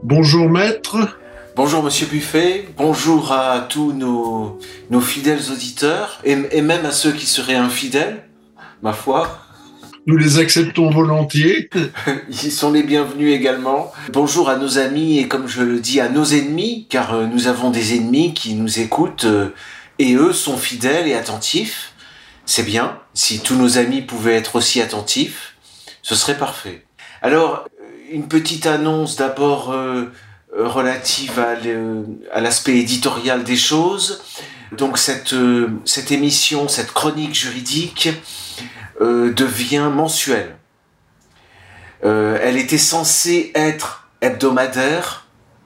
Bonjour maître, Bonjour Monsieur Buffet, bonjour à tous nos fidèles auditeurs et même à ceux qui seraient infidèles, ma foi. nous les acceptons volontiers. Ils sont les bienvenus également. Bonjour à nos amis et comme je le dis à nos ennemis, car nous avons des ennemis qui nous écoutent et eux sont fidèles et attentifs. C'est bien, si tous nos amis pouvaient être aussi attentifs, ce serait parfait. Alors, une petite annonce d'abord relative à l'aspect éditorial des choses. Donc cette émission, cette chronique juridique devient mensuelle. Elle était censée être hebdomadaire,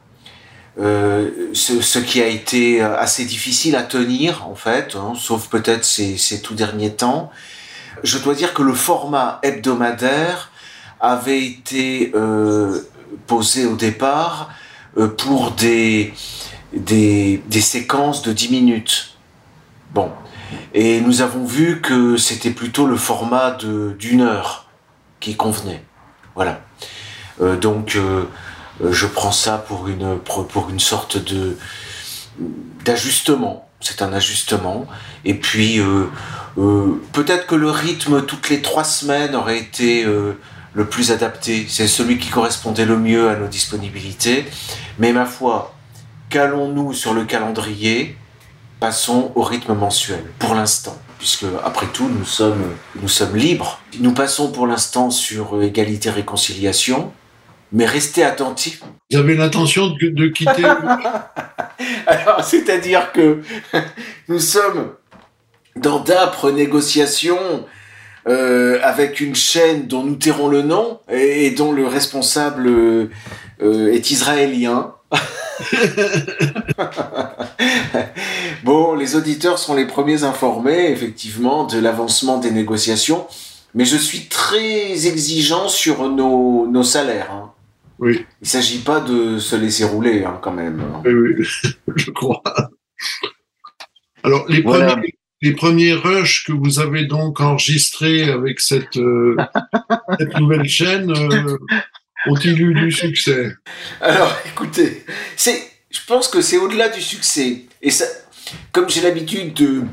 ce qui a été assez difficile à tenir en fait, hein, sauf peut-être ces tout derniers temps. Je dois dire que le format hebdomadaire avait été posé au départ pour des séquences de 10 minutes. Bon. Et nous avons vu que c'était plutôt le format d'une heure qui convenait. Voilà. Donc, je prends ça pour une sorte d'ajustement. C'est un ajustement. Et puis, peut-être que le rythme toutes les 3 semaines aurait été le plus adapté. C'est celui qui correspondait le mieux à nos disponibilités. Mais ma foi, calons-nous sur le calendrier, passons au rythme mensuel, pour l'instant. Puisque, après tout, nous sommes libres. Nous passons pour l'instant sur égalité-réconciliation, mais restez attentifs. Vous avez l'intention de quitter Alors, c'est-à-dire que nous sommes dans d'âpres négociations avec une chaîne dont nous tairons le nom et dont le responsable est israélien. Bon, les auditeurs seront les premiers informés, effectivement, de l'avancement des négociations, mais je suis très exigeant sur nos salaires. Hein. Oui. Il ne s'agit pas de se laisser rouler, hein, quand même. Oui, je crois. Alors, Voilà. les premiers rushs que vous avez donc enregistrés avec cette nouvelle chaîne ont-ils eu du succès? Alors, écoutez, je pense que c'est au-delà du succès. Et ça, comme j'ai l'habitude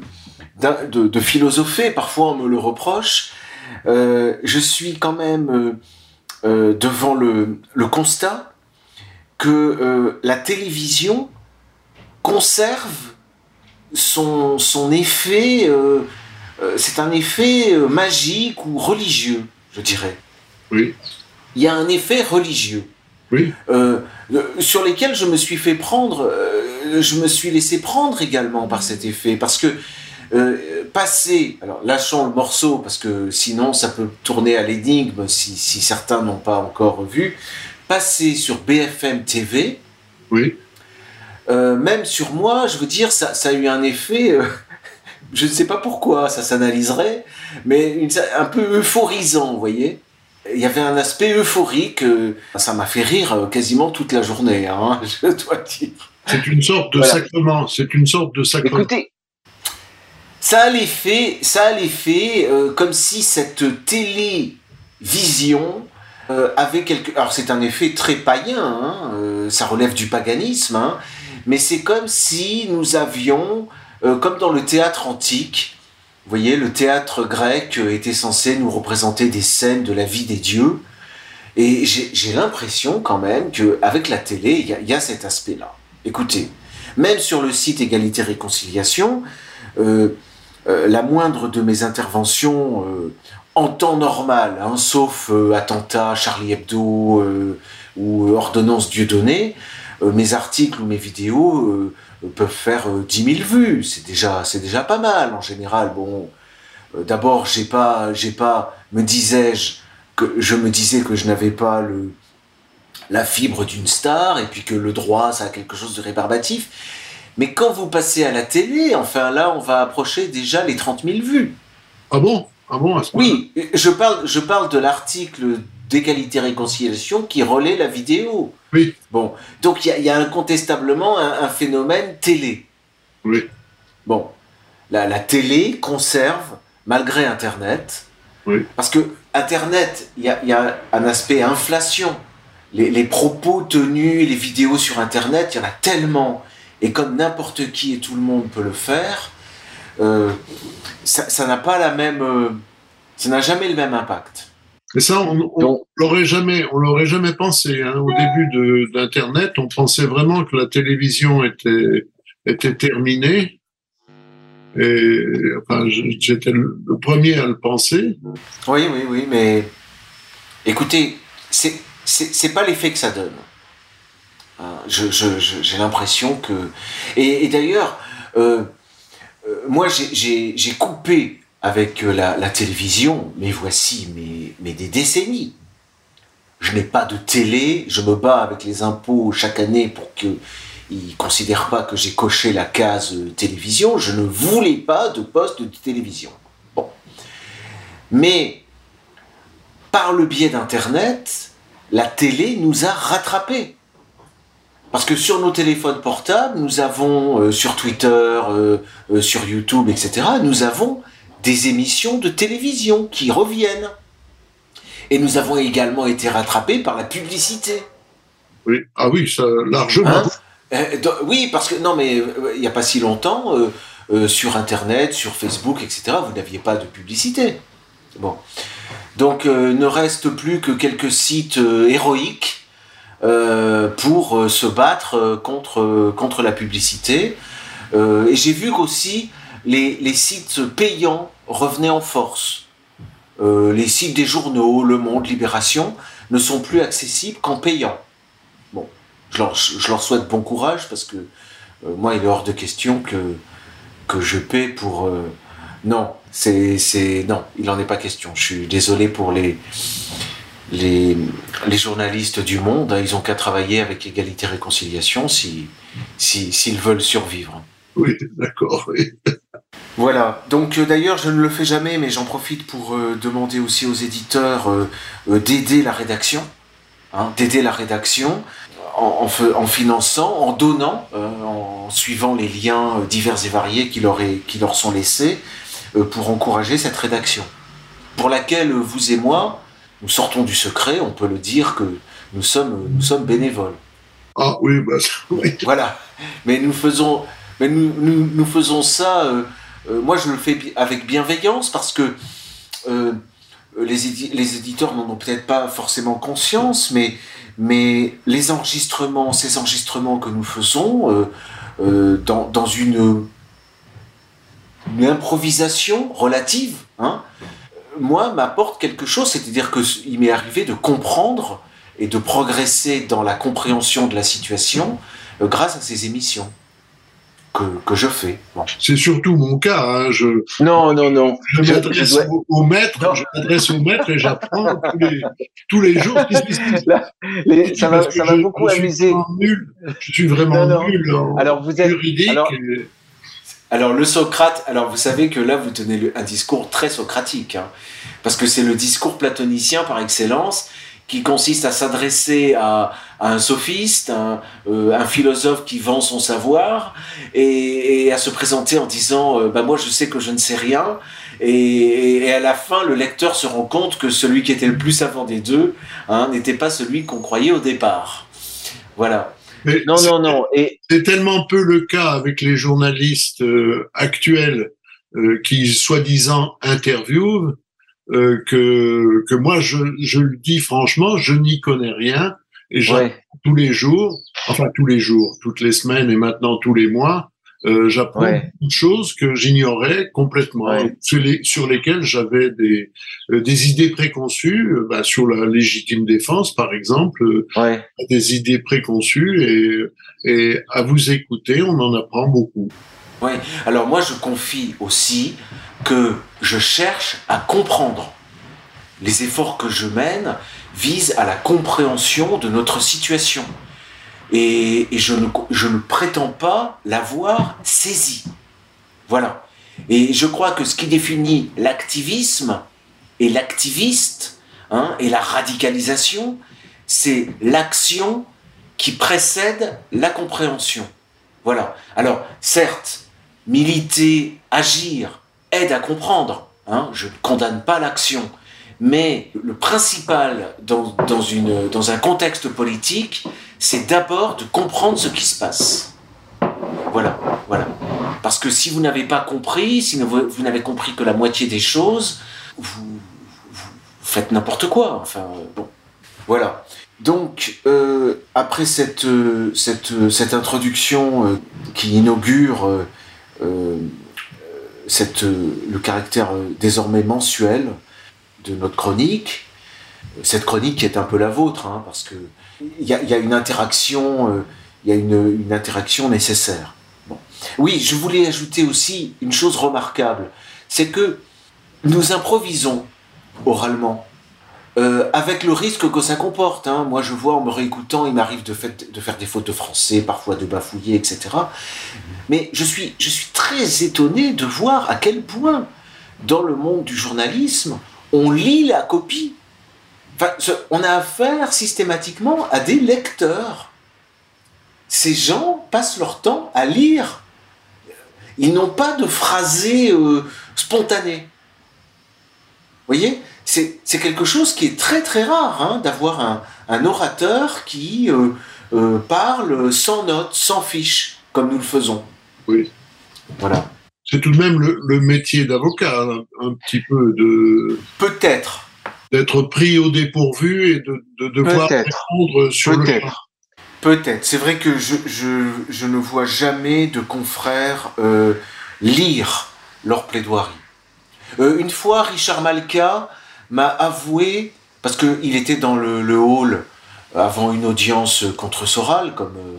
de philosopher, parfois on me le reproche, je suis quand même devant le constat que la télévision conserve son effet, c'est un effet magique ou religieux, je dirais. Oui. Il y a un effet religieux. Oui. Sur lesquels je me suis fait prendre, je me suis laissé prendre également par cet effet, parce que passer, alors lâchons le morceau, parce que sinon ça peut tourner à l'énigme si certains n'ont pas encore vu, passer sur BFM TV, Oui. même sur moi, je veux dire, ça a eu un effet, je ne sais pas pourquoi, ça s'analyserait, mais un peu euphorisant, vous voyez. Il y avait un aspect euphorique, ça m'a fait rire quasiment toute la journée, hein, je dois dire. C'est une sorte de sacrement, c'est une sorte de sacrement. Écoutez, ça a l'effet comme si cette télévision avait quelque... Alors c'est un effet très païen, hein, ça relève du paganisme, hein, mais c'est comme si nous avions, comme dans le théâtre antique, vous voyez, le théâtre grec était censé nous représenter des scènes de la vie des dieux. Et j'ai l'impression quand même qu'avec la télé, il y a cet aspect-là. Écoutez, même sur le site Égalité-Réconciliation, la moindre de mes interventions en temps normal, hein, sauf attentat, Charlie Hebdo ou ordonnance Dieudonné, mes articles ou mes vidéos peuvent faire 10 000 vues. C'est déjà pas mal en général. Bon, d'abord, je me disais que je n'avais pas la fibre d'une star et puis que le droit, ça a quelque chose de rébarbatif. Mais quand vous passez à la télé, enfin là, on va approcher déjà les 30 000 vues. Ah bon? Ah bon, à ce moment-là? Oui, je parle de l'article d'égalité-réconciliation qui relaie la vidéo. Oui. Bon, donc il y a incontestablement un phénomène télé. Oui. Bon, la télé conserve, malgré Internet, oui. Parce que Internet, il y a un aspect inflation. les propos tenus, les vidéos sur Internet, il y en a tellement. Et comme n'importe qui et tout le monde peut le faire, ça n'a pas la même, ça n'a jamais le même impact. Et ça, on l'aurait jamais pensé. Hein. Au début d'Internet, on pensait vraiment que la télévision était terminée. Et enfin, j'étais le premier à le penser. Oui, mais écoutez, c'est pas l'effet que ça donne. J'ai l'impression que... Et d'ailleurs, moi j'ai coupé avec la télévision, mais voici mais des décennies. Je n'ai pas de télé, je me bats avec les impôts chaque année pour qu'ils ne considèrent pas que j'ai coché la case télévision. Je ne voulais pas de poste de télévision. Bon. Mais par le biais d'Internet, la télé nous a rattrapés. Parce que sur nos téléphones portables, nous avons, sur Twitter, sur YouTube, etc., nous avons des émissions de télévision qui reviennent. Et nous avons également été rattrapés par la publicité. Oui, ah oui, ça, largement. Oui, parce que, non, mais il n'y a pas si longtemps, sur Internet, sur Facebook, etc., vous n'aviez pas de publicité. Bon. Donc, ne reste plus que quelques sites héroïques pour se battre contre la publicité. Et j'ai vu qu'aussi les sites payants revenaient en force. Les sites des journaux, Le Monde, Libération, ne sont plus accessibles qu'en payant. Bon, je leur souhaite bon courage parce que moi, il est hors de question que je paie pour... non, non, il n'en est pas question. Je suis désolé pour les journalistes du Monde. Ils n'ont qu'à travailler avec Égalité et Réconciliation s'ils veulent survivre. Oui, d'accord, oui. Voilà, donc d'ailleurs je ne le fais jamais, mais j'en profite pour demander aussi aux éditeurs d'aider la rédaction, d'aider la rédaction en finançant, en donnant, en suivant les liens divers et variés qui leur sont laissés pour encourager cette rédaction, pour laquelle vous et moi, nous sortons du secret, on peut le dire que nous sommes bénévoles. Ah oui, bah oui. Voilà, mais nous faisons ça... moi, je le fais avec bienveillance parce que les éditeurs n'en ont peut-être pas forcément conscience, mais ces enregistrements que nous faisons dans une improvisation relative, moi, m'apporte quelque chose, c'est-à-dire qu'il m'est arrivé de comprendre et de progresser dans la compréhension de la situation grâce à ces émissions. Que je fais. Bon. C'est surtout mon cas. Non. Je m'adresse au maître et j'apprends tous les jours. Là, ça m'a beaucoup amusé. Je suis vraiment nul en juridique. Alors, le Socrate, vous savez que là, vous tenez un discours très socratique, parce que c'est le discours platonicien par excellence, qui consiste à s'adresser à un sophiste, un philosophe qui vend son savoir, et à se présenter en disant moi je sais que je ne sais rien, et à la fin le lecteur se rend compte que celui qui était le plus savant des deux n'était pas celui qu'on croyait au départ. Voilà. Mais non. Et c'est tellement peu le cas avec les journalistes actuels qui soi-disant interviewent. Que moi je le dis franchement, je n'y connais rien et j'apprends tous les jours, toutes les semaines et maintenant tous les mois, j'apprends beaucoup de choses que j'ignorais complètement, sur lesquelles j'avais des idées préconçues, sur la légitime défense par exemple, des idées préconçues et à vous écouter, on en apprend beaucoup. Oui, alors moi je confie aussi que je cherche à comprendre. Les efforts que je mène visent à la compréhension de notre situation. Et je ne prétends pas l'avoir saisie. Voilà. Et je crois que ce qui définit l'activisme et l'activiste, et la radicalisation, c'est l'action qui précède la compréhension. Voilà. Alors, certes, militer, agir, aide à comprendre. Je ne condamne pas l'action. Mais le principal dans un contexte politique, c'est d'abord de comprendre ce qui se passe. Voilà. Parce que si vous n'avez pas compris, si vous n'avez compris que la moitié des choses, vous faites n'importe quoi. Enfin, bon, voilà. Donc, après cette introduction qui inaugure le caractère désormais mensuel de notre chronique, cette chronique qui est un peu la vôtre, hein, parce que il y a une interaction, une interaction nécessaire. Bon. Oui, je voulais ajouter aussi une chose remarquable, c'est que nous improvisons oralement, avec le risque que ça comporte. Hein. Moi, je vois en me réécoutant, il m'arrive de faire des fautes de français, parfois de bafouiller, etc. Mais je suis très étonné de voir à quel point, dans le monde du journalisme, on lit la copie. Enfin, on a affaire systématiquement à des lecteurs. Ces gens passent leur temps à lire. Ils n'ont pas de phrasé spontané. Vous voyez ? C'est quelque chose qui est très très rare, hein, d'avoir un orateur qui parle sans notes, sans fiche, comme nous le faisons. Oui. Voilà. C'est tout de même le métier d'avocat, un petit peu de... Peut-être. D'être pris au dépourvu et de devoir répondre sur le champ. Peut-être. C'est vrai que je ne vois jamais de confrères lire leur plaidoirie. Une fois, Richard Malka m'a avoué, parce qu'il était dans le hall avant une audience contre Soral,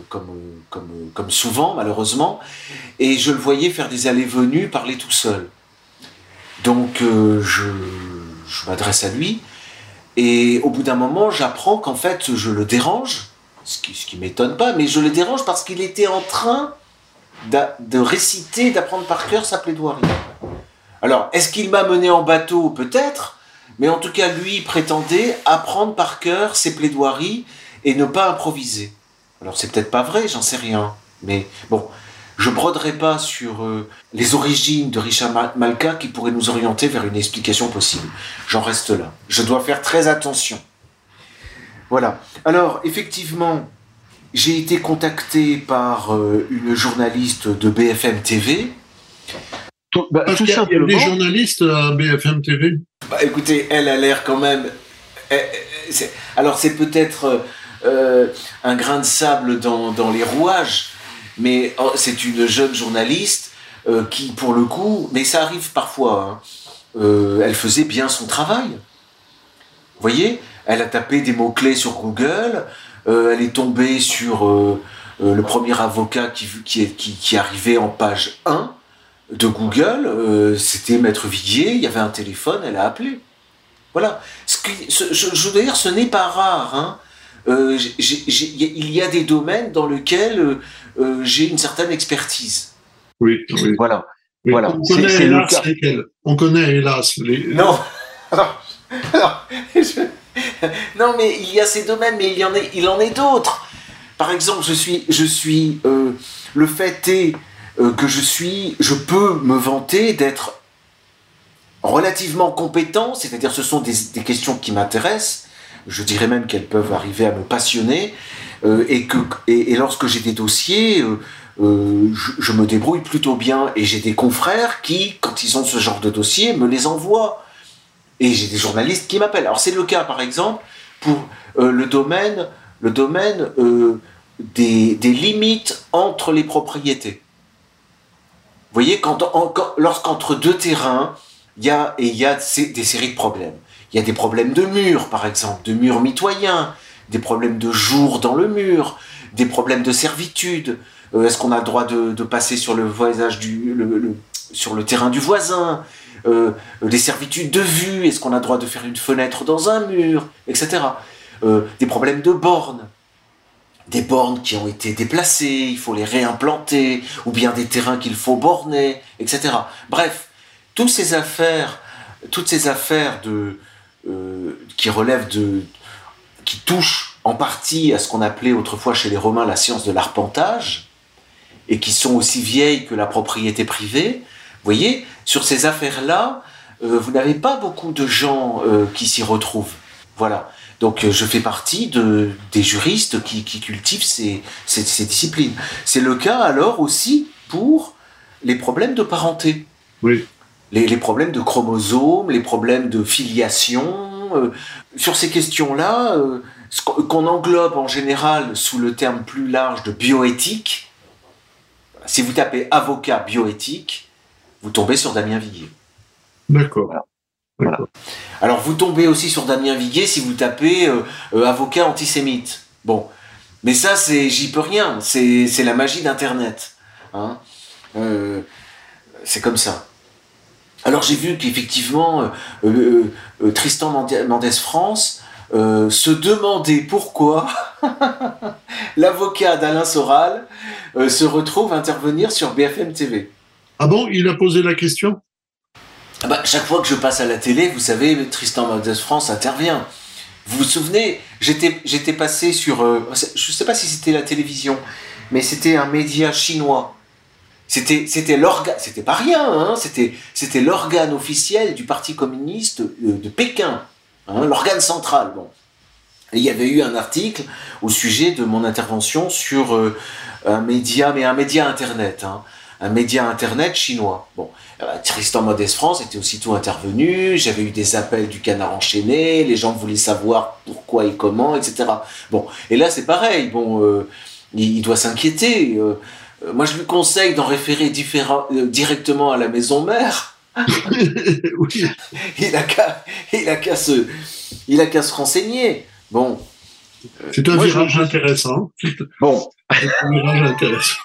comme souvent malheureusement, et je le voyais faire des allées-venues, parler tout seul. Donc je m'adresse à lui, et au bout d'un moment, j'apprends qu'en fait je le dérange, ce qui m'étonne pas, mais je le dérange parce qu'il était en train de réciter, d'apprendre par cœur sa plaidoirie. Alors, est-ce qu'il m'a mené en bateau ? Peut-être, mais en tout cas, lui prétendait apprendre par cœur ses plaidoiries et ne pas improviser. Alors, c'est peut-être pas vrai, j'en sais rien. Mais bon, je broderai pas sur les origines de Richard Malka qui pourraient nous orienter vers une explication possible. J'en reste là. Je dois faire très attention. Voilà. Alors, effectivement, j'ai été contacté par une journaliste de BFM TV. Tout simplement. Il y a des journalistes à BFM TV. Bah, écoutez, elle a l'air quand même... Alors, c'est peut-être un grain de sable dans les rouages, mais c'est une jeune journaliste qui, pour le coup... Mais ça arrive parfois. Hein, elle faisait bien son travail. Vous voyez ? Elle a tapé des mots-clés sur Google. Elle est tombée sur le premier avocat qui arrivait en page 1 de Google, c'était Maître Viguier, il y avait un téléphone, elle a appelé. Voilà. Je veux dire, ce n'est pas rare. Hein. Il y a des domaines dans lesquels j'ai une certaine expertise. Oui. Voilà. Oui, voilà. On connaît hélas les... Non. Non, mais il y a ces domaines, mais il en est d'autres. Par exemple, je suis le fait est que je peux me vanter d'être relativement compétent, c'est-à-dire ce sont des questions qui m'intéressent, je dirais même qu'elles peuvent arriver à me passionner, et lorsque j'ai des dossiers, je me débrouille plutôt bien, et j'ai des confrères qui, quand ils ont ce genre de dossier, me les envoient, et j'ai des journalistes qui m'appellent. Alors c'est le cas par exemple pour le domaine des limites entre les propriétés. Vous voyez, lorsqu'entre deux terrains, il y a des séries de problèmes. Il y a des problèmes de murs, par exemple, de murs mitoyens, des problèmes de jour dans le mur, des problèmes de servitude. Est-ce qu'on a le droit de passer sur le voisinage sur le terrain du voisin, des servitudes de vue, est-ce qu'on a le droit de faire une fenêtre dans un mur, etc. Des problèmes de bornes. Des bornes qui ont été déplacées, il faut les réimplanter, ou bien des terrains qu'il faut borner, etc. Bref, toutes ces affaires qui touchent en partie à ce qu'on appelait autrefois chez les Romains la science de l'arpentage, et qui sont aussi vieilles que la propriété privée, vous voyez, sur ces affaires-là, vous n'avez pas beaucoup de gens qui s'y retrouvent. Voilà. Donc je fais partie des juristes qui cultivent ces disciplines. C'est le cas alors aussi pour les problèmes de parenté. Oui. Les problèmes de chromosomes, les problèmes de filiation. Sur ces questions-là, qu'on englobe en général sous le terme plus large de bioéthique, si vous tapez avocat bioéthique, vous tombez sur Damien Viguier. D'accord. Voilà. Alors vous tombez aussi sur Damien Viguier si vous tapez avocat antisémite. Bon, mais ça j'y peux rien, c'est la magie d'Internet. Hein, c'est comme ça. Alors j'ai vu qu'effectivement Tristan Mendès France se demandait pourquoi l'avocat d'Alain Soral se retrouve intervenir sur BFM TV. Ah bon, il a posé la question ? Chaque fois que je passe à la télé, vous savez, Tristan Mendès France intervient. Vous vous souvenez, j'étais passé sur... je ne sais pas si c'était la télévision, mais c'était un média chinois. C'était l'organe... C'était pas rien, hein, c'était l'organe officiel du Parti communiste de Pékin. Hein, l'organe central, bon. Et il y avait eu un article au sujet de mon intervention sur un média Internet, hein, un média Internet chinois. Bon, Tristan Mendès France était aussitôt intervenu, j'avais eu des appels du Canard enchaîné, les gens voulaient savoir pourquoi et comment, etc. Bon, et là c'est pareil, bon, il doit s'inquiéter. Moi je lui conseille d'en référer directement à la maison mère. Oui. Il a qu'à se renseigner. Bon. C'est un virage intéressant. Bon. C'est un virage intéressant.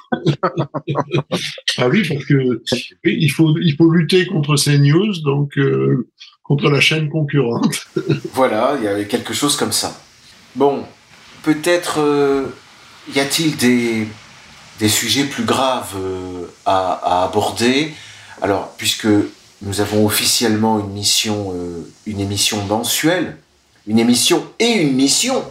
Ah oui, parce que il faut lutter contre ces news, donc contre la chaîne concurrente. Voilà, il y avait quelque chose comme ça. Bon, peut-être y a-t-il des sujets plus graves à aborder. Alors, puisque nous avons officiellement une émission mensuelle, une émission et une mission.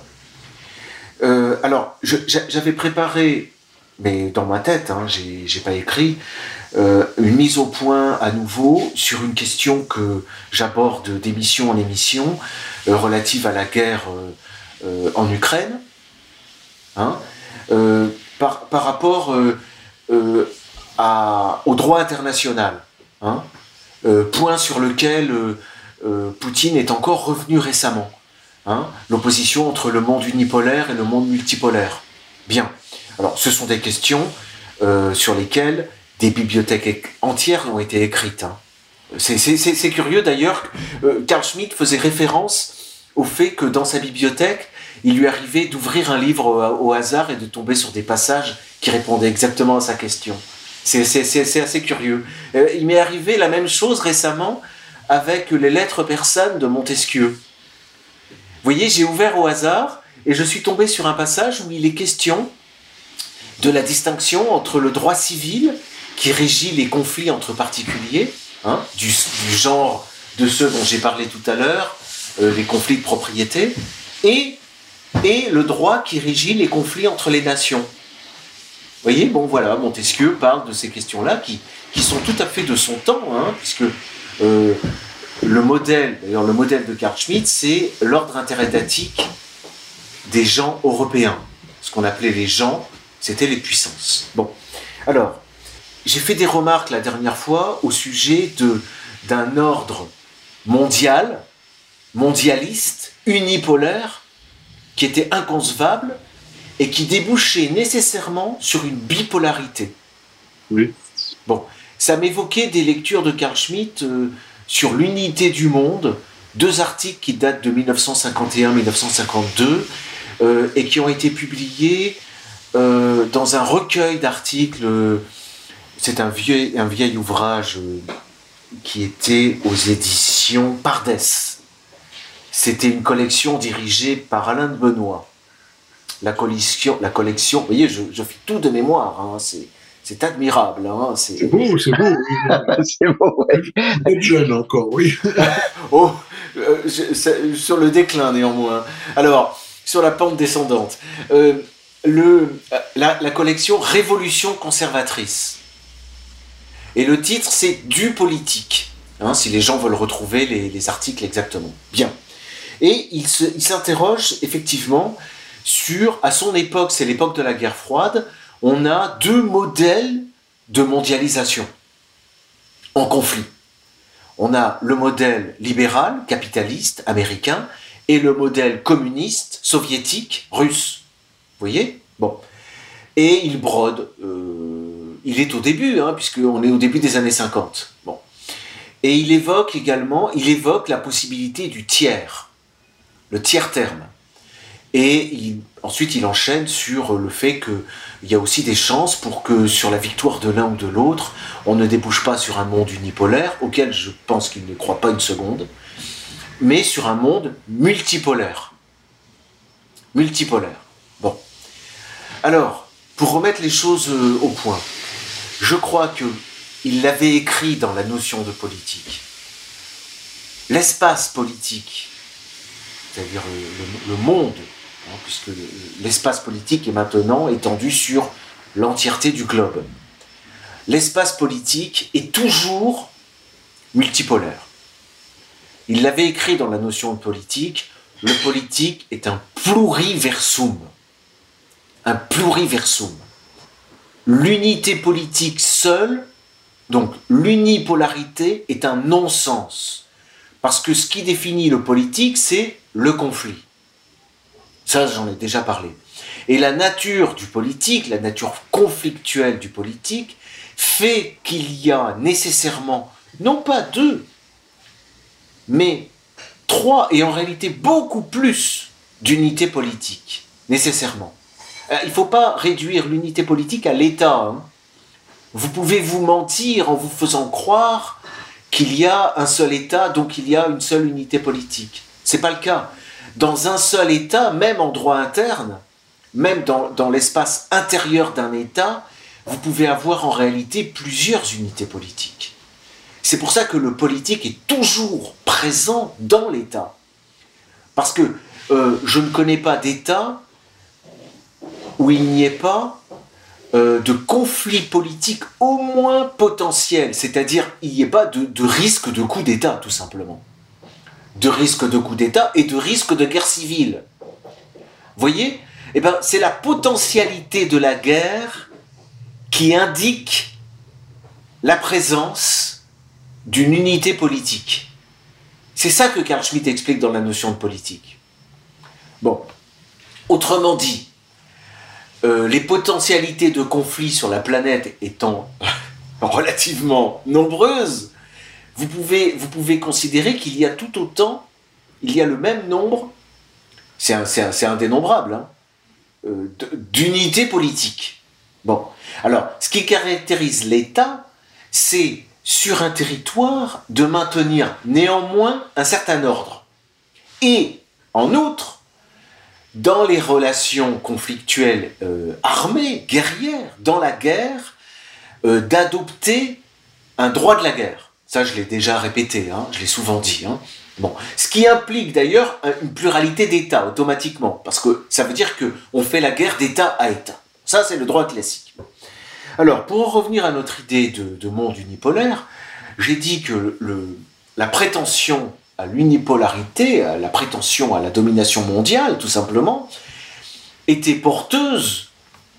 Alors, j'avais préparé, mais dans ma tête, hein, j'ai pas écrit, une mise au point à nouveau sur une question que j'aborde d'émission en émission, relative à la guerre en Ukraine, hein, par rapport au droit international, hein, point sur lequel Poutine est encore revenu récemment. Hein, l'opposition entre le monde unipolaire et le monde multipolaire. Bien. Alors, ce sont des questions sur lesquelles des bibliothèques entières ont été écrites. Hein. C'est curieux d'ailleurs. Carl Schmitt faisait référence au fait que dans sa bibliothèque, il lui arrivait d'ouvrir un livre au hasard et de tomber sur des passages qui répondaient exactement à sa question. C'est assez curieux. Il m'est arrivé la même chose récemment avec les lettres persanes de Montesquieu. Vous voyez, j'ai ouvert au hasard et je suis tombé sur un passage où il est question de la distinction entre le droit civil qui régit les conflits entre particuliers, hein, du genre de ceux dont j'ai parlé tout à l'heure, les conflits de propriété, et le droit qui régit les conflits entre les nations. Vous voyez, bon voilà, Montesquieu parle de ces questions-là qui sont tout à fait de son temps, hein, puisque... le modèle de Carl Schmitt, c'est l'ordre interétatique des gens européens. Ce qu'on appelait les gens, c'était les puissances. Bon, alors, j'ai fait des remarques la dernière fois au sujet d'un ordre mondialiste, unipolaire, qui était inconcevable et qui débouchait nécessairement sur une bipolarité. Oui. Bon, ça m'évoquait des lectures de Carl Schmitt sur l'unité du monde, 2 articles qui datent de 1951-1952 et qui ont été publiés dans un recueil d'articles. C'est un vieil ouvrage qui était aux éditions Pardès. C'était une collection dirigée par Alain de Benoît. La collection, vous voyez, je fais tout de mémoire, hein, c'est admirable. Hein, c'est beau. C'est beau, ouais. Vous êtes jeune encore, oui. Oh, sur le déclin néanmoins. Alors, sur la pente descendante. La collection Révolution conservatrice. Et le titre, c'est Du politique. si les gens veulent retrouver les articles exactement. Bien. Et il s'interroge effectivement à son époque, c'est l'époque de la guerre froide, on a deux modèles de mondialisation en conflit. On a le modèle libéral, capitaliste, américain, et le modèle communiste, soviétique, russe. Vous voyez ? Bon. Et il brode. Il est au début, puisqu'on est au début des années 50. Bon. Et il évoque la possibilité du tiers, le tiers terme. Et ensuite, il enchaîne sur le fait qu'il y a aussi des chances pour que sur la victoire de l'un ou de l'autre, on ne débouche pas sur un monde unipolaire, auquel je pense qu'il ne croit pas une seconde, mais sur un monde multipolaire. Multipolaire. Bon. Alors, pour remettre les choses au point, je crois qu'il l'avait écrit dans la notion de politique. L'espace politique, c'est-à-dire le monde, puisque l'espace politique est maintenant étendu sur l'entièreté du globe. L'espace politique est toujours multipolaire. Il l'avait écrit dans la notion de politique, le politique est un pluriversum. Un pluriversum. L'unité politique seule, donc l'unipolarité, est un non-sens. Parce que ce qui définit le politique, c'est le conflit. Ça, j'en ai déjà parlé. Et la nature du politique, la nature conflictuelle du politique, fait qu'il y a nécessairement, non pas deux, mais trois, et en réalité beaucoup plus d'unités politiques, nécessairement. Il ne faut pas réduire l'unité politique à l'État. Vous pouvez vous mentir en vous faisant croire qu'il y a un seul État, donc il y a une seule unité politique. Ce n'est pas le cas. Dans un seul État, même en droit interne, même dans l'espace intérieur d'un État, vous pouvez avoir en réalité plusieurs unités politiques. C'est pour ça que le politique est toujours présent dans l'État. Parce que je ne connais pas d'État où il n'y ait pas de conflit politique au moins potentiel, c'est-à-dire il n'y ait pas de risque de coup d'État, tout simplement. De risque de coup d'État et de risque de guerre civile. Vous voyez ? Eh bien, c'est la potentialité de la guerre qui indique la présence d'une unité politique. C'est ça que Carl Schmitt explique dans la notion de politique. Bon, autrement dit, les potentialités de conflit sur la planète étant relativement nombreuses, vous pouvez considérer qu'il y a tout autant, il y a le même nombre, c'est indénombrable, d'unités politiques. Bon, alors, ce qui caractérise l'État, c'est sur un territoire de maintenir néanmoins un certain ordre. Et, en outre, dans les relations conflictuelles armées, guerrières, dans la guerre, d'adopter un droit de la guerre. Ça, je l'ai déjà répété, je l'ai souvent dit. Bon. Ce qui implique d'ailleurs une pluralité d'États, automatiquement, parce que ça veut dire qu'on fait la guerre d'État à État. Ça, c'est le droit classique. Alors, pour en revenir à notre idée de monde unipolaire, j'ai dit que la prétention à l'unipolarité, la prétention à la domination mondiale, tout simplement, était porteuse,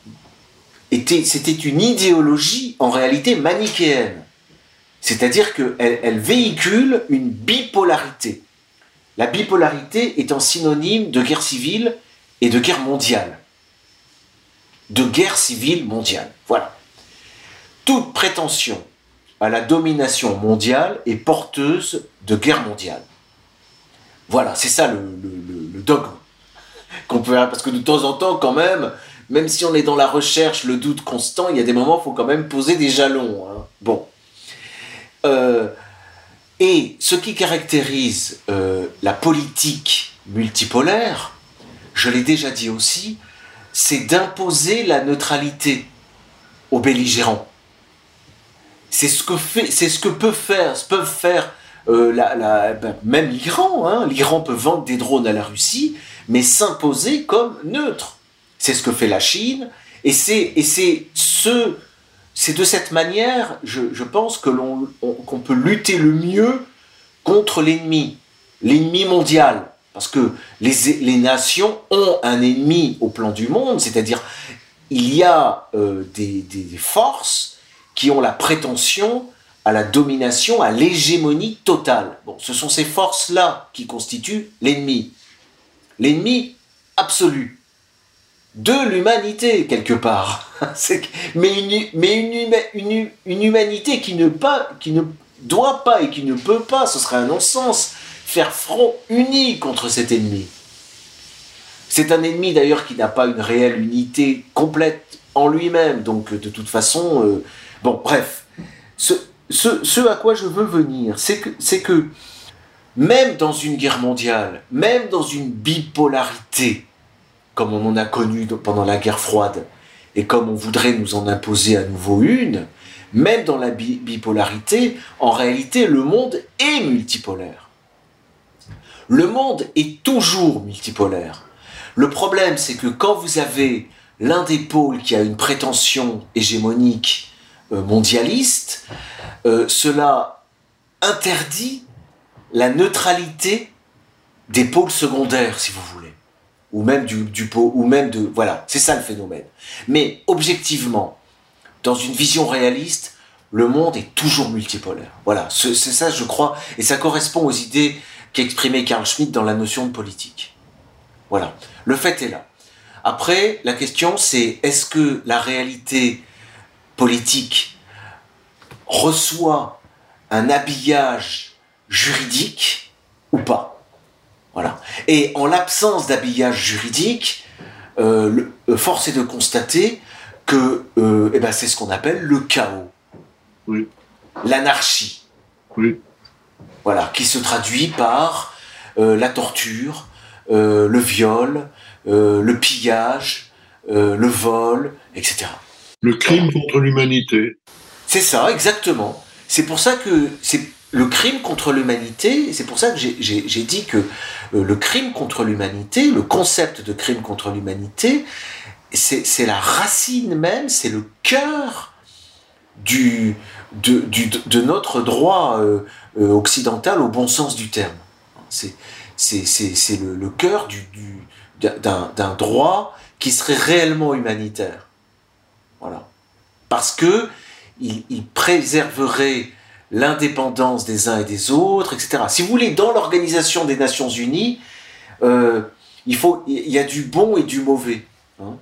c'était une idéologie en réalité manichéenne. C'est-à-dire qu'elle véhicule une bipolarité. La bipolarité étant synonyme de guerre civile et de guerre mondiale. De guerre civile mondiale. Voilà. Toute prétention à la domination mondiale est porteuse de guerre mondiale. Voilà, c'est ça le dogme qu'on peut avoir. Parce que de temps en temps, quand même si on est dans la recherche, le doute constant, il y a des moments où il faut quand même poser des jalons. Bon. Et ce qui caractérise la politique multipolaire, je l'ai déjà dit aussi, c'est d'imposer la neutralité aux belligérants. C'est ce que peuvent faire même l'Iran. L'Iran peut vendre des drones à la Russie, mais s'imposer comme neutre. C'est ce que fait la Chine, et c'est c'est de cette manière, je pense, qu'on peut lutter le mieux contre l'ennemi mondial. Parce que les nations ont un ennemi au plan du monde, c'est-à-dire il y a des forces qui ont la prétention à la domination, à l'hégémonie totale. Bon, ce sont ces forces-là qui constituent l'ennemi absolu de l'humanité, quelque part. mais une humanité qui ne doit pas et qui ne peut pas, ce serait un non-sens, faire front uni contre cet ennemi. C'est un ennemi d'ailleurs qui n'a pas une réelle unité complète en lui-même, donc de toute façon... bon, bref, ce à quoi je veux venir, c'est que même dans une guerre mondiale, même dans une bipolarité, comme on en a connu pendant la guerre froide, et comme on voudrait nous en imposer à nouveau une, même dans la bipolarité, en réalité, le monde est multipolaire. Le monde est toujours multipolaire. Le problème, c'est que quand vous avez l'un des pôles qui a une prétention hégémonique mondialiste, cela interdit la neutralité des pôles secondaires, si vous voulez, ou même du pôle, ou même de... Voilà, c'est ça le phénomène. Mais objectivement, dans une vision réaliste, le monde est toujours multipolaire. Voilà, c'est ça, je crois, et ça correspond aux idées qu'exprimait Carl Schmitt dans la notion de politique. Voilà, le fait est là. Après, la question c'est, est-ce que la réalité politique reçoit un habillage juridique ou pas? Voilà. Et en l'absence d'habillage juridique, force est de constater que c'est ce qu'on appelle le chaos, oui. L'anarchie, oui. Voilà, qui se traduit par la torture, le viol, le pillage, le vol, etc. Le crime contre l'humanité. C'est ça, exactement. C'est pour ça que c'est le crime contre l'humanité, c'est pour ça que j'ai dit que le crime contre l'humanité, le concept de crime contre l'humanité, c'est la racine même, c'est le cœur de notre droit occidental au bon sens du terme. C'est le cœur d'un droit qui serait réellement humanitaire. Voilà. Parce que il préserverait l'indépendance des uns et des autres, etc. Si vous voulez, dans l'Organisation des Nations Unies, il y a du bon et du mauvais. Hein.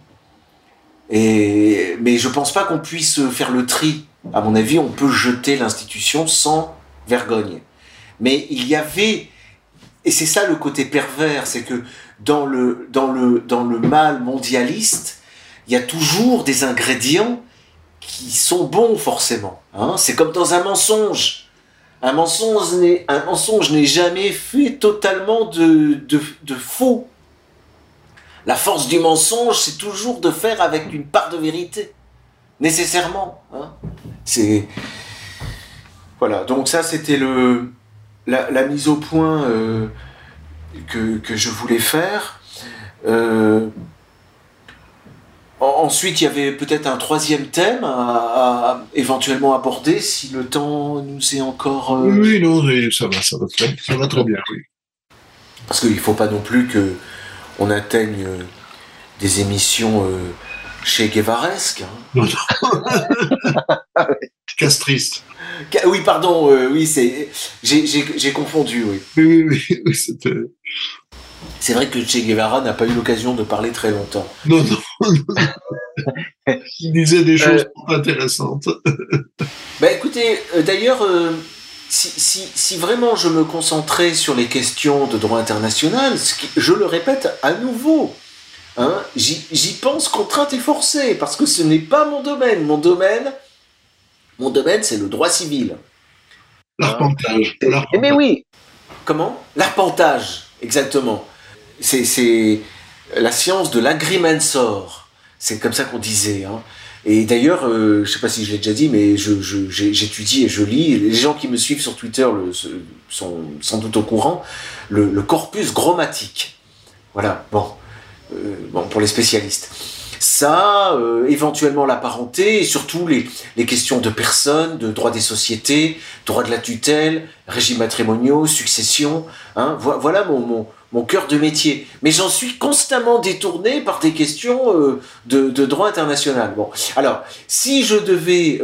Mais je ne pense pas qu'on puisse faire le tri. À mon avis, on peut jeter l'institution sans vergogne. Mais il y avait, et c'est ça le côté pervers, c'est que dans le mal mondialiste, il y a toujours des ingrédients qui sont bons forcément. Hein. C'est comme dans un mensonge. Un mensonge n'est jamais fait totalement de faux. La force du mensonge, c'est toujours de faire avec une part de vérité. Nécessairement. Hein. Voilà, donc ça c'était la mise au point que je voulais faire. Ensuite, il y avait peut-être un troisième thème à éventuellement aborder si le temps nous est encore... Oui, non, ça va très bien, oui. Parce qu'il ne faut pas non plus qu'on atteigne des émissions chez Guevaresque. Hein. Non. Castriste. Oui, pardon, oui, j'ai confondu, oui. Oui, c'était... C'est vrai que Che Guevara n'a pas eu l'occasion de parler très longtemps. Non. Il disait des choses intéressantes. Écoutez, d'ailleurs, si vraiment je me concentrais sur les questions de droit international, je le répète à nouveau, hein, j'y pense contrainte et forcée, parce que ce n'est pas mon domaine. Mon domaine, c'est le droit civil. L'arpentage. Mais oui. Comment ? L'arpentage, exactement. C'est la science de l'agrimensor. C'est comme ça qu'on disait. Hein. Et d'ailleurs, je ne sais pas si je l'ai déjà dit, mais j'étudie et je lis. Les gens qui me suivent sur Twitter sont sans doute au courant. Le corpus grammatique. Voilà, bon, pour les spécialistes. Ça, éventuellement la parenté, et surtout les questions de personnes, de droit des sociétés, droit de la tutelle, régimes matrimoniaux, succession. Hein, voilà mon cœur de métier. Mais j'en suis constamment détourné par des questions de droit international. Bon, alors, si je devais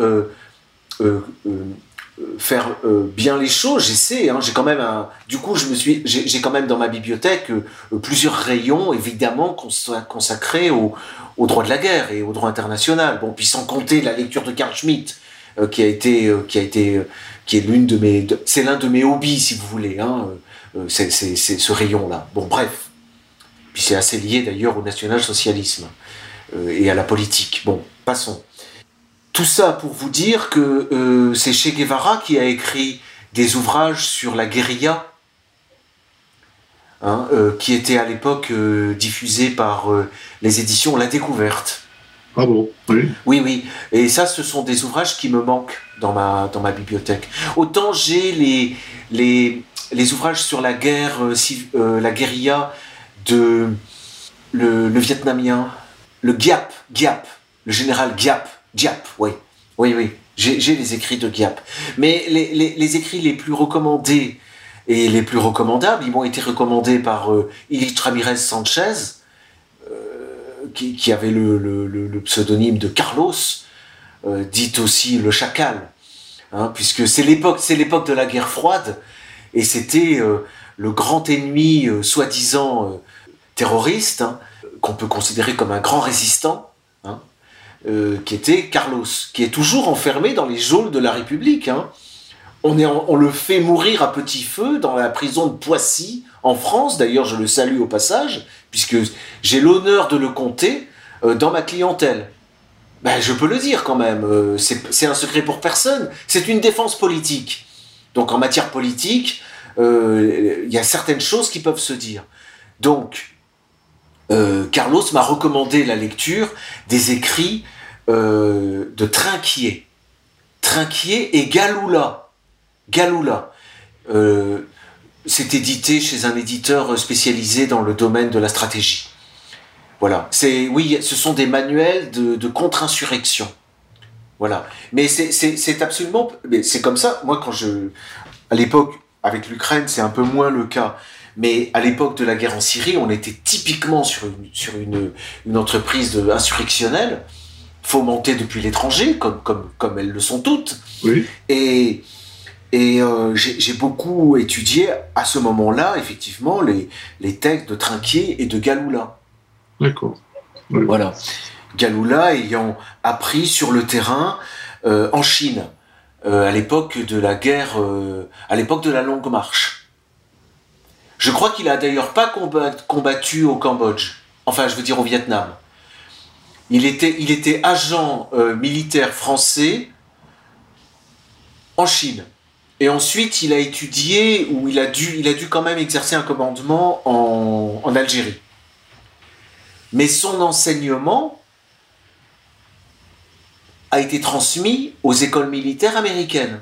faire bien les choses, j'essaie. Hein, j'ai quand même du coup, j'ai quand même dans ma bibliothèque plusieurs rayons, évidemment, consacrés au droit de la guerre et au droit international. Bon, puis sans compter la lecture de Carl Schmitt, qui est c'est l'un de mes hobbies, si vous voulez. Hein, c'est ce rayon-là. Bon, bref. Puis c'est assez lié d'ailleurs au national-socialisme et à la politique. Bon, passons. Tout ça pour vous dire que c'est Che Guevara qui a écrit des ouvrages sur la guérilla, hein, qui étaient à l'époque diffusés par les éditions La Découverte. Ah bon, oui. Oui. Et ça, ce sont des ouvrages qui me manquent dans ma bibliothèque. Autant j'ai les ouvrages sur la guerre, la guérilla de le vietnamien, le Giap, le général Giap, oui. J'ai les écrits de Giap. Mais les écrits les plus recommandés et les plus recommandables, ils m'ont été recommandés par Ilich Ramirez Sanchez, qui avait le pseudonyme de Carlos, dit aussi le Chacal, hein, puisque c'est l'époque de la guerre froide, et c'était le grand ennemi soi-disant terroriste, hein, qu'on peut considérer comme un grand résistant, hein, qui était Carlos, qui est toujours enfermé dans les geôles de la République. Hein. On le fait mourir à petit feu dans la prison de Poissy, en France. D'ailleurs, je le salue au passage, puisque j'ai l'honneur de le compter dans ma clientèle. Ben, je peux le dire quand même, c'est un secret pour personne. C'est une défense politique. Donc en matière politique, il y a certaines choses qui peuvent se dire. Donc, Carlos m'a recommandé la lecture des écrits de Trinquier et Galula. C'est édité chez un éditeur spécialisé dans le domaine de la stratégie. Voilà. Ce sont des manuels de contre-insurrection. Voilà. Mais c'est absolument, c'est comme ça. Moi, à l'époque, avec l'Ukraine, c'est un peu moins le cas. Mais à l'époque de la guerre en Syrie, on était typiquement sur une entreprise insurrectionnelle, fomentée depuis l'étranger, comme elles le sont toutes. Oui. Et j'ai beaucoup étudié à ce moment-là, effectivement, les textes de Trinquier et de Galula. D'accord. Oui. Voilà. Galula ayant appris sur le terrain en Chine, à l'époque de la guerre, à l'époque de la Longue Marche. Je crois qu'il a d'ailleurs pas combattu au Cambodge, enfin je veux dire au Vietnam. Il était agent militaire français en Chine. Et ensuite il a étudié, ou il a dû quand même exercer un commandement en Algérie. Mais son enseignement a été transmis aux écoles militaires américaines.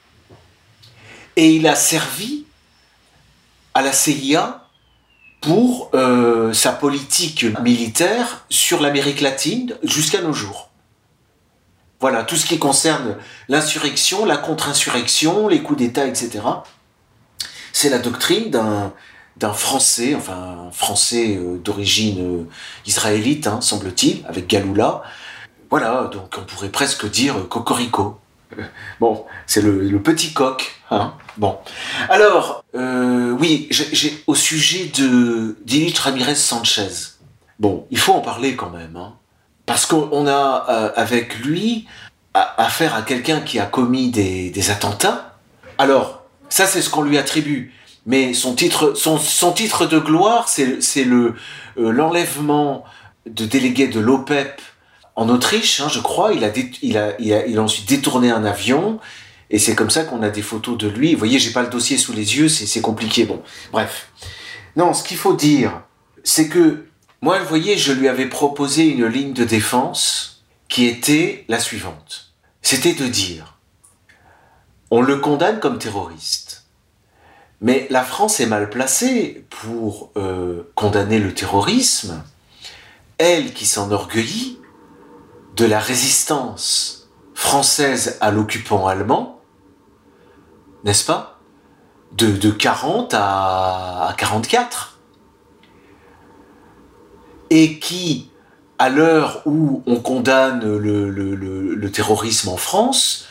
Et il a servi à la CIA pour sa politique militaire sur l'Amérique latine jusqu'à nos jours. Voilà, tout ce qui concerne l'insurrection, la contre-insurrection, les coups d'État, etc. C'est la doctrine d'un Français, enfin un Français d'origine israélite, hein, semble-t-il, avec Galula. Voilà, donc on pourrait presque dire cocorico. Bon, c'est le petit coq. Hein. Bon. Alors, oui, j'ai au sujet d'Ilich Ramirez Sanchez. Bon, il faut en parler quand même, hein, parce qu'on a avec lui affaire à quelqu'un qui a commis des attentats. Alors, ça c'est ce qu'on lui attribue. Mais son titre de gloire, c'est l'enlèvement de délégués de l'OPEP en Autriche, hein, je crois. Il a ensuite détourné un avion, et c'est comme ça qu'on a des photos de lui. Vous voyez, j'ai pas le dossier sous les yeux, c'est compliqué. Bon, bref. Non, ce qu'il faut dire, c'est que moi, vous voyez, je lui avais proposé une ligne de défense qui était la suivante. C'était de dire, on le condamne comme terroriste. Mais la France est mal placée pour condamner le terrorisme elle qui s'enorgueillit de la résistance française à l'occupant allemand, n'est-ce pas, de 40 à 44, et qui, à l'heure où on condamne le terrorisme en France,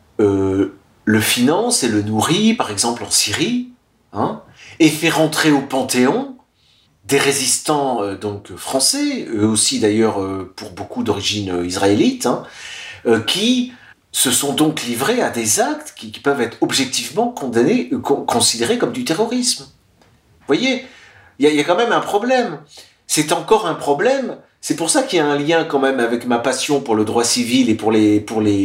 le finance et le nourrit, par exemple en Syrie, hein, et fait rentrer au Panthéon des résistants donc français, eux aussi d'ailleurs pour beaucoup d'origine israélite, hein, qui se sont donc livrés à des actes qui peuvent être objectivement considérés comme du terrorisme. Vous voyez, il y a quand même un problème. C'est encore un problème. C'est pour ça qu'il y a un lien quand même avec ma passion pour le droit civil et pour les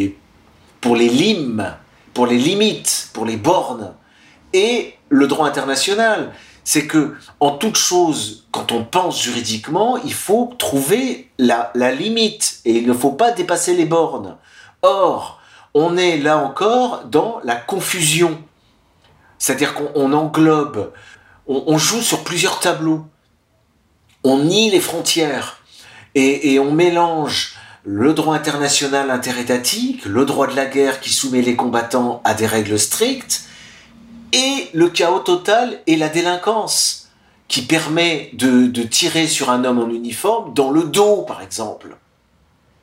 limes, pour les limites, pour les bornes, et le droit international. C'est que, en toute chose, quand on pense juridiquement, il faut trouver la limite, et il ne faut pas dépasser les bornes. Or, on est là encore dans la confusion. C'est-à-dire qu'on englobe, on joue sur plusieurs tableaux. On nie les frontières, et on mélange le droit international interétatique, le droit de la guerre qui soumet les combattants à des règles strictes, et le chaos total et la délinquance qui permet de tirer sur un homme en uniforme dans le dos, par exemple. Vous voyez ?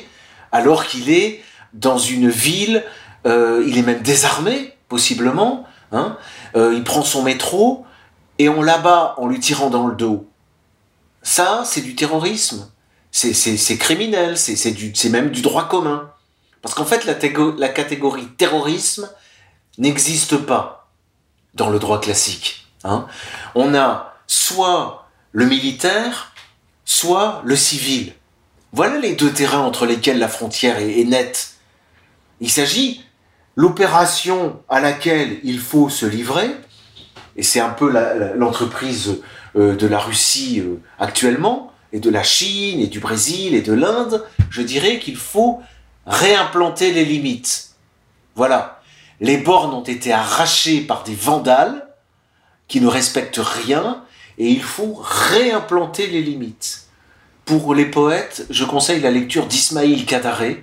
Alors qu'il est dans une ville, il est même désarmé, possiblement, hein, il prend son métro et on l'abat en lui tirant dans le dos. Ça, c'est du terrorisme. C'est criminel, c'est même du droit commun. Parce qu'en fait, la catégorie terrorisme n'existe pas dans le droit classique. Hein. On a soit le militaire, soit le civil. Voilà les deux terrains entre lesquels la frontière est nette. Il s'agit l'opération à laquelle il faut se livrer, et c'est un peu l'entreprise de la Russie actuellement, et de la Chine, et du Brésil, et de l'Inde, je dirais qu'il faut réimplanter les limites. Voilà. Les bornes ont été arrachées par des vandales qui ne respectent rien, et il faut réimplanter les limites. Pour les poètes, je conseille la lecture d'Ismaïl Kadaré,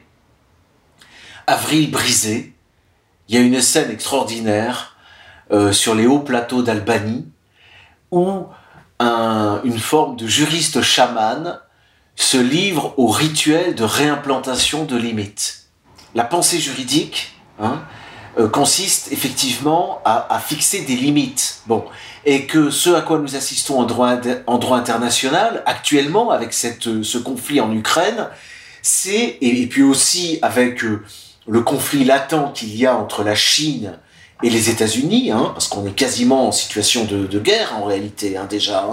Avril brisé. Il y a une scène extraordinaire sur les hauts plateaux d'Albanie où une forme de juriste chaman se livre au rituel de réimplantation de limites. La pensée juridique consiste effectivement à fixer des limites. Bon, et que ce à quoi nous assistons en droit international, actuellement, avec ce conflit en Ukraine, et puis aussi avec le conflit latent qu'il y a entre la Chine et les États-Unis, hein, parce qu'on est quasiment en situation de guerre en réalité, hein, déjà.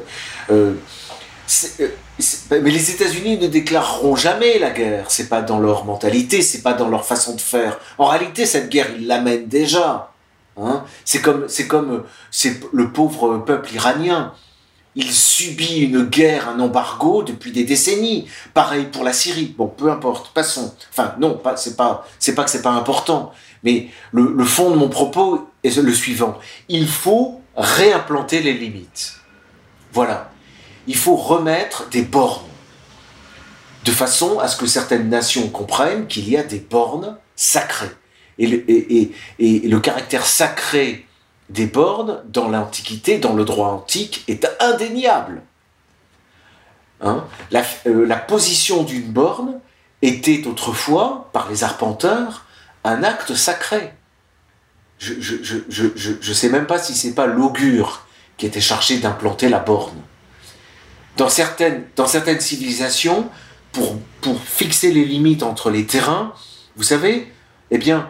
Mais les États-Unis ne déclareront jamais la guerre. C'est pas dans leur mentalité, c'est pas dans leur façon de faire. En réalité, cette guerre, ils la mènent déjà. Hein. C'est comme le pauvre peuple iranien. Il subit une guerre, un embargo depuis des décennies. Pareil pour la Syrie. Bon, peu importe, passons. Enfin, non, c'est pas que c'est pas important. Mais le fond de mon propos est le suivant. Il faut réimplanter les limites. Voilà. Il faut remettre des bornes, de façon à ce que certaines nations comprennent qu'il y a des bornes sacrées. Et le caractère sacré des bornes, dans l'Antiquité, dans le droit antique, est indéniable. Hein? La position d'une borne était autrefois, par les arpenteurs, un acte sacré. Je sais même pas si c'est pas l'augure qui était chargé d'implanter la borne. Dans certaines civilisations, pour fixer les limites entre les terrains, vous savez, eh bien,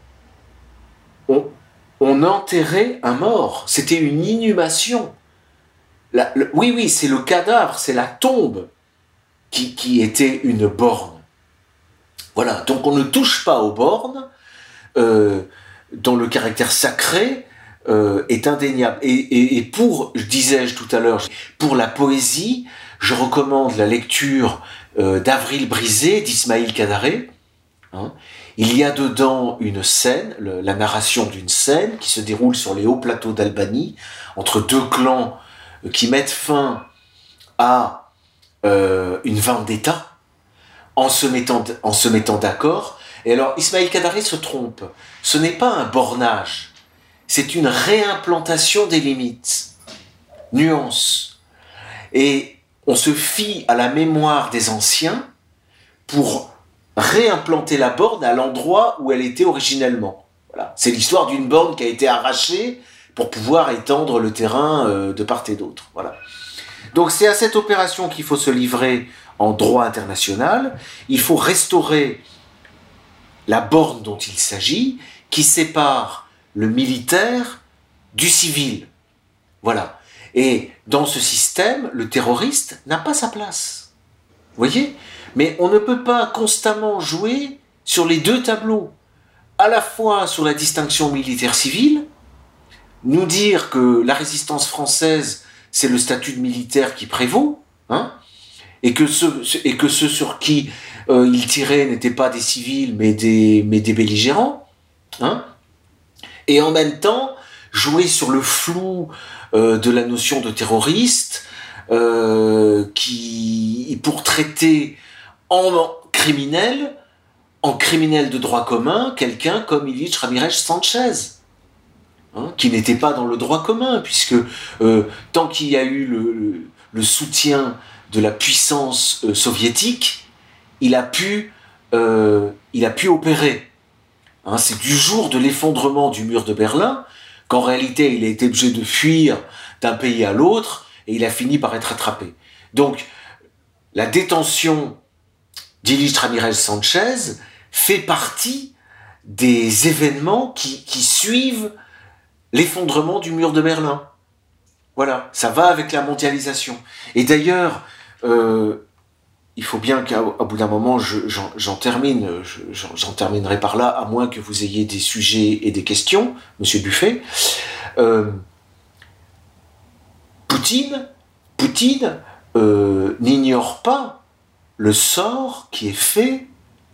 on enterrait un mort. C'était une inhumation. Oui, c'est le cadavre, c'est la tombe qui était une borne. Voilà, donc on ne touche pas aux bornes, dont le caractère sacré est indéniable. Et disais-je tout à l'heure, pour la poésie, je recommande la lecture d'Avril brisé d'Ismaïl Kadaré. Hein. Il y a dedans une scène, la narration d'une scène qui se déroule sur les hauts plateaux d'Albanie, entre deux clans qui mettent fin à une vendetta en se mettant d'accord. Et alors, Ismail Kadare se trompe. Ce n'est pas un bornage, c'est une réimplantation des limites. Nuance. Et on se fie à la mémoire des anciens pour réimplanter la borne à l'endroit où elle était originellement. Voilà. C'est l'histoire d'une borne qui a été arrachée pour pouvoir étendre le terrain de part et d'autre. Voilà. Donc c'est à cette opération qu'il faut se livrer en droit international. Il faut restaurer la borne dont il s'agit, qui sépare le militaire du civil. Voilà. Et dans ce système, le terroriste n'a pas sa place. Vous voyez ? Mais on ne peut pas constamment jouer sur les deux tableaux. À la fois sur la distinction militaire-civile, nous dire que la résistance française, c'est le statut de militaire qui prévaut, hein, et que ceux sur qui il tirait n'étaient pas des civils, mais des belligérants, hein, et en même temps jouer sur le flou de la notion de terroriste, qui, pour traiter en criminel de droit commun, quelqu'un comme Ilich Ramirez Sanchez, hein, qui n'était pas dans le droit commun, puisque tant qu'il y a eu le soutien de la puissance soviétique, il a pu opérer. Hein, c'est du jour de l'effondrement du mur de Berlin qu'en réalité il a été obligé de fuir d'un pays à l'autre et il a fini par être attrapé. Donc la détention d'Ilich Ramirez Sanchez fait partie des événements qui suivent l'effondrement du mur de Berlin. Voilà, ça va avec la mondialisation. Et d'ailleurs, il faut bien qu'à bout d'un moment, j'en terminerai par là, à moins que vous ayez des sujets et des questions, Monsieur Buffet. Poutine n'ignore pas le sort qui est fait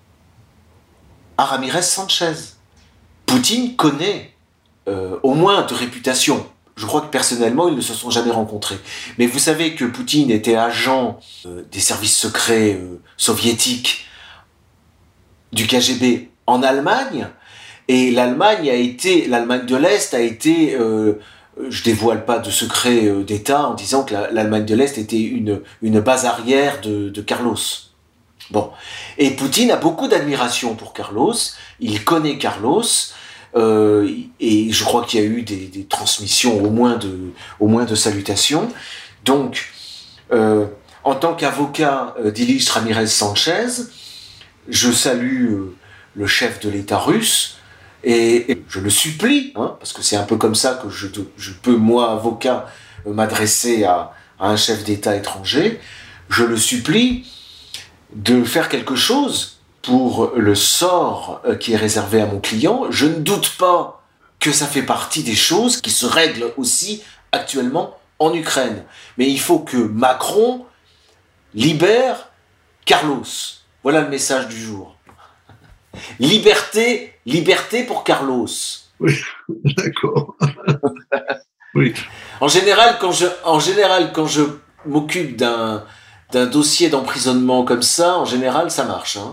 à Ramirez Sanchez. Poutine connaît, au moins de réputation. Je crois que personnellement, ils ne se sont jamais rencontrés. Mais vous savez que Poutine était agent des services secrets soviétiques du KGB en Allemagne, et l'Allemagne de l'Est a été, je dévoile pas de secret d'État en disant que l'Allemagne de l'Est était une base arrière de Carlos. Bon. Et Poutine a beaucoup d'admiration pour Carlos, il connaît Carlos, et je crois qu'il y a eu des transmissions au moins de salutations. Donc, en tant qu'avocat d'Ilich Ramirez Sanchez, je salue le chef de l'État russe et je le supplie, hein, parce que c'est un peu comme ça que je peux, moi, avocat, m'adresser à un chef d'État étranger, je le supplie de faire quelque chose pour le sort qui est réservé à mon client. Je ne doute pas que ça fait partie des choses qui se règlent aussi actuellement en Ukraine. Mais il faut que Macron libère Carlos. Voilà le message du jour. Liberté pour Carlos. Oui, d'accord. Oui. En général, quand je m'occupe d'un dossier d'emprisonnement comme ça, en général, ça marche. Hein.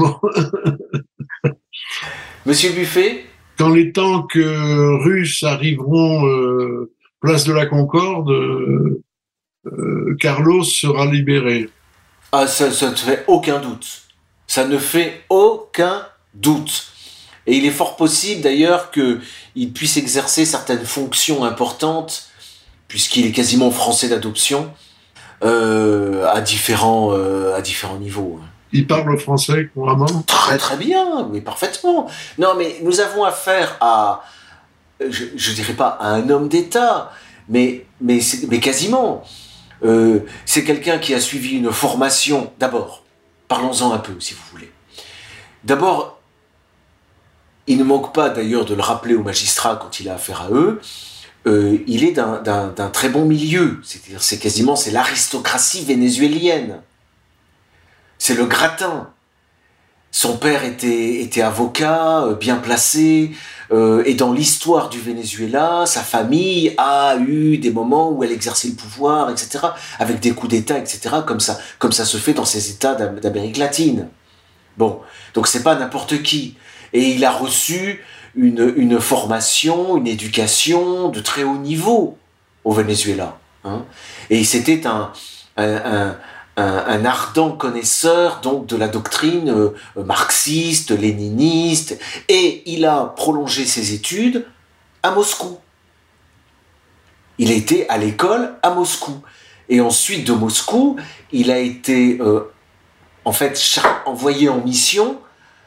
Monsieur Buffet ? Quand les tanks russes arriveront place de la Concorde, Carlos sera libéré. Ah, ça ne fait aucun doute. Ça ne fait aucun doute. Et il est fort possible d'ailleurs qu'il puisse exercer certaines fonctions importantes, puisqu'il est quasiment français d'adoption, à différents niveaux. Il parle français couramment ? Très très bien, mais parfaitement. Non, mais nous avons affaire à, je dirais pas à un homme d'État, mais quasiment. C'est quelqu'un qui a suivi une formation, d'abord. Parlons-en un peu, si vous voulez. D'abord, il ne manque pas d'ailleurs de le rappeler aux magistrats quand il a affaire à eux. Il est d'un très bon milieu, c'est-à-dire c'est l'aristocratie vénézuélienne. C'est le gratin. Son père était avocat, bien placé, et dans l'histoire du Venezuela, sa famille a eu des moments où elle exerçait le pouvoir, etc., avec des coups d'État, etc., comme ça se fait dans ces États d'Amérique latine. Bon, donc c'est pas n'importe qui. Et il a reçu une formation, une éducation de très haut niveau au Venezuela. Hein. Et c'était un ardent connaisseur donc de la doctrine marxiste, léniniste, et il a prolongé ses études à Moscou. Il a été à l'école à Moscou. Et ensuite de Moscou, il a été en fait envoyé en mission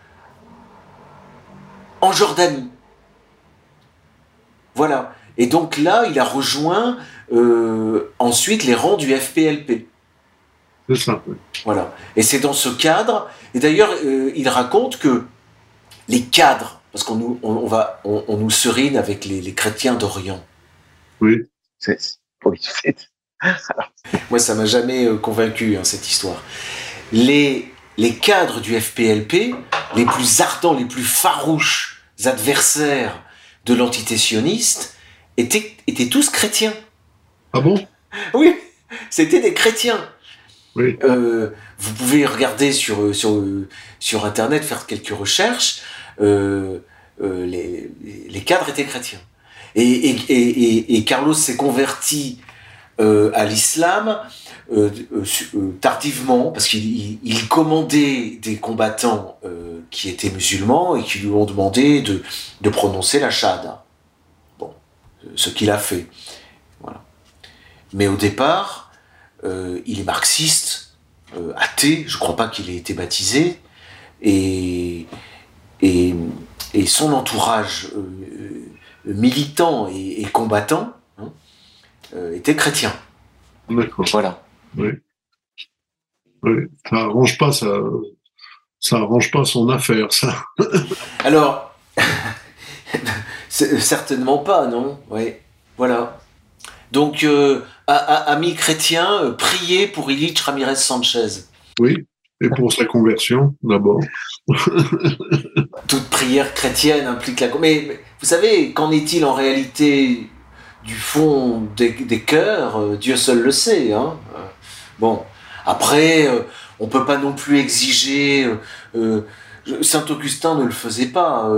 en Jordanie. Voilà. Et donc là, il a rejoint ensuite les rangs du FPLP. C'est ça. Oui. Voilà. Et c'est dans ce cadre. Et d'ailleurs, il raconte que les cadres, parce qu'on nous serine avec les chrétiens d'Orient. Oui. Moi, ça m'a jamais convaincu, hein, cette histoire. Les cadres du FPLP, les plus ardents, les plus farouches adversaires de l'entité sioniste, étaient tous chrétiens. Ah bon? Oui, c'était des chrétiens. Oui. Vous pouvez regarder sur Internet, faire quelques recherches. Les cadres étaient chrétiens. Et Carlos s'est converti à l'islam tardivement, parce qu'il commandait des combattants qui étaient musulmans et qui lui ont demandé de prononcer la shahada. Bon, ce qu'il a fait. Voilà. Mais au départ, il est marxiste, athée, je ne crois pas qu'il ait été baptisé, et son entourage militant et combattant était chrétien. D'accord. Voilà. Oui. Oui. Ça arrange pas son affaire, ça. Alors, certainement pas, non? Oui. Voilà. Donc, amis chrétiens, priez pour Illich Ramirez Sanchez. Oui, et pour sa conversion, d'abord. Toute prière chrétienne implique la... Mais vous savez, qu'en est-il en réalité du fond des cœurs? Dieu seul le sait. Hein. Bon, après, on peut pas non plus exiger... Saint Augustin ne le faisait pas,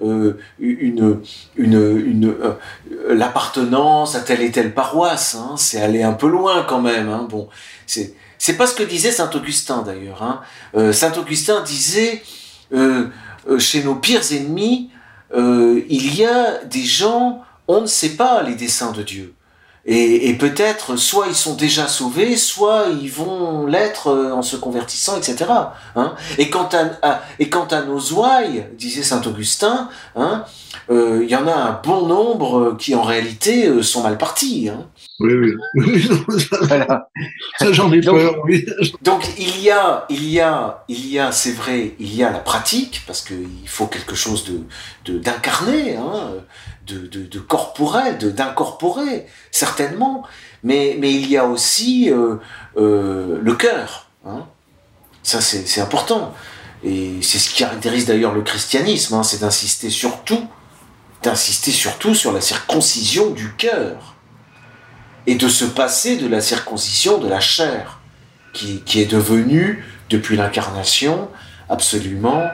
l'appartenance à telle et telle paroisse, hein, c'est aller un peu loin quand même. Hein, bon, c'est pas ce que disait Saint Augustin d'ailleurs. Hein. Saint Augustin disait, chez nos pires ennemis, il y a des gens, on ne sait pas les desseins de Dieu. Et peut-être, soit ils sont déjà sauvés, soit ils vont l'être en se convertissant, etc. Hein. Et quant à nos ouailles, disait saint Augustin, hein, y en a un bon nombre qui en réalité sont mal partis. Hein. Oui. Voilà. Ça, j'en ai peur, oui. Donc il y a, c'est vrai, il y a la pratique, parce qu'il faut quelque chose d'incarné, hein, de corporel, d'incorporé, certainement, mais il y a aussi le cœur. Hein. Ça, c'est important. Et c'est ce qui caractérise d'ailleurs le christianisme, hein, c'est d'insister surtout sur la circoncision du cœur. Et de se passer de la circoncision de la chair, qui est devenue, depuis l'incarnation, absolument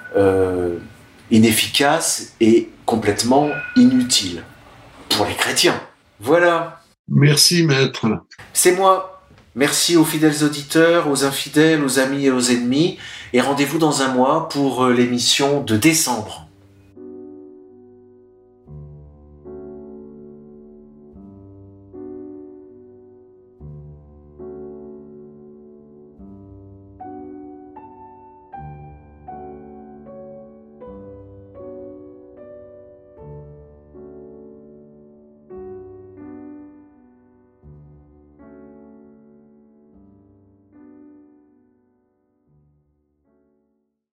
inefficace et complètement inutile pour les chrétiens. Voilà. Merci, maître. C'est moi. Merci aux fidèles auditeurs, aux infidèles, aux amis et aux ennemis. Et rendez-vous dans un mois pour l'émission de décembre.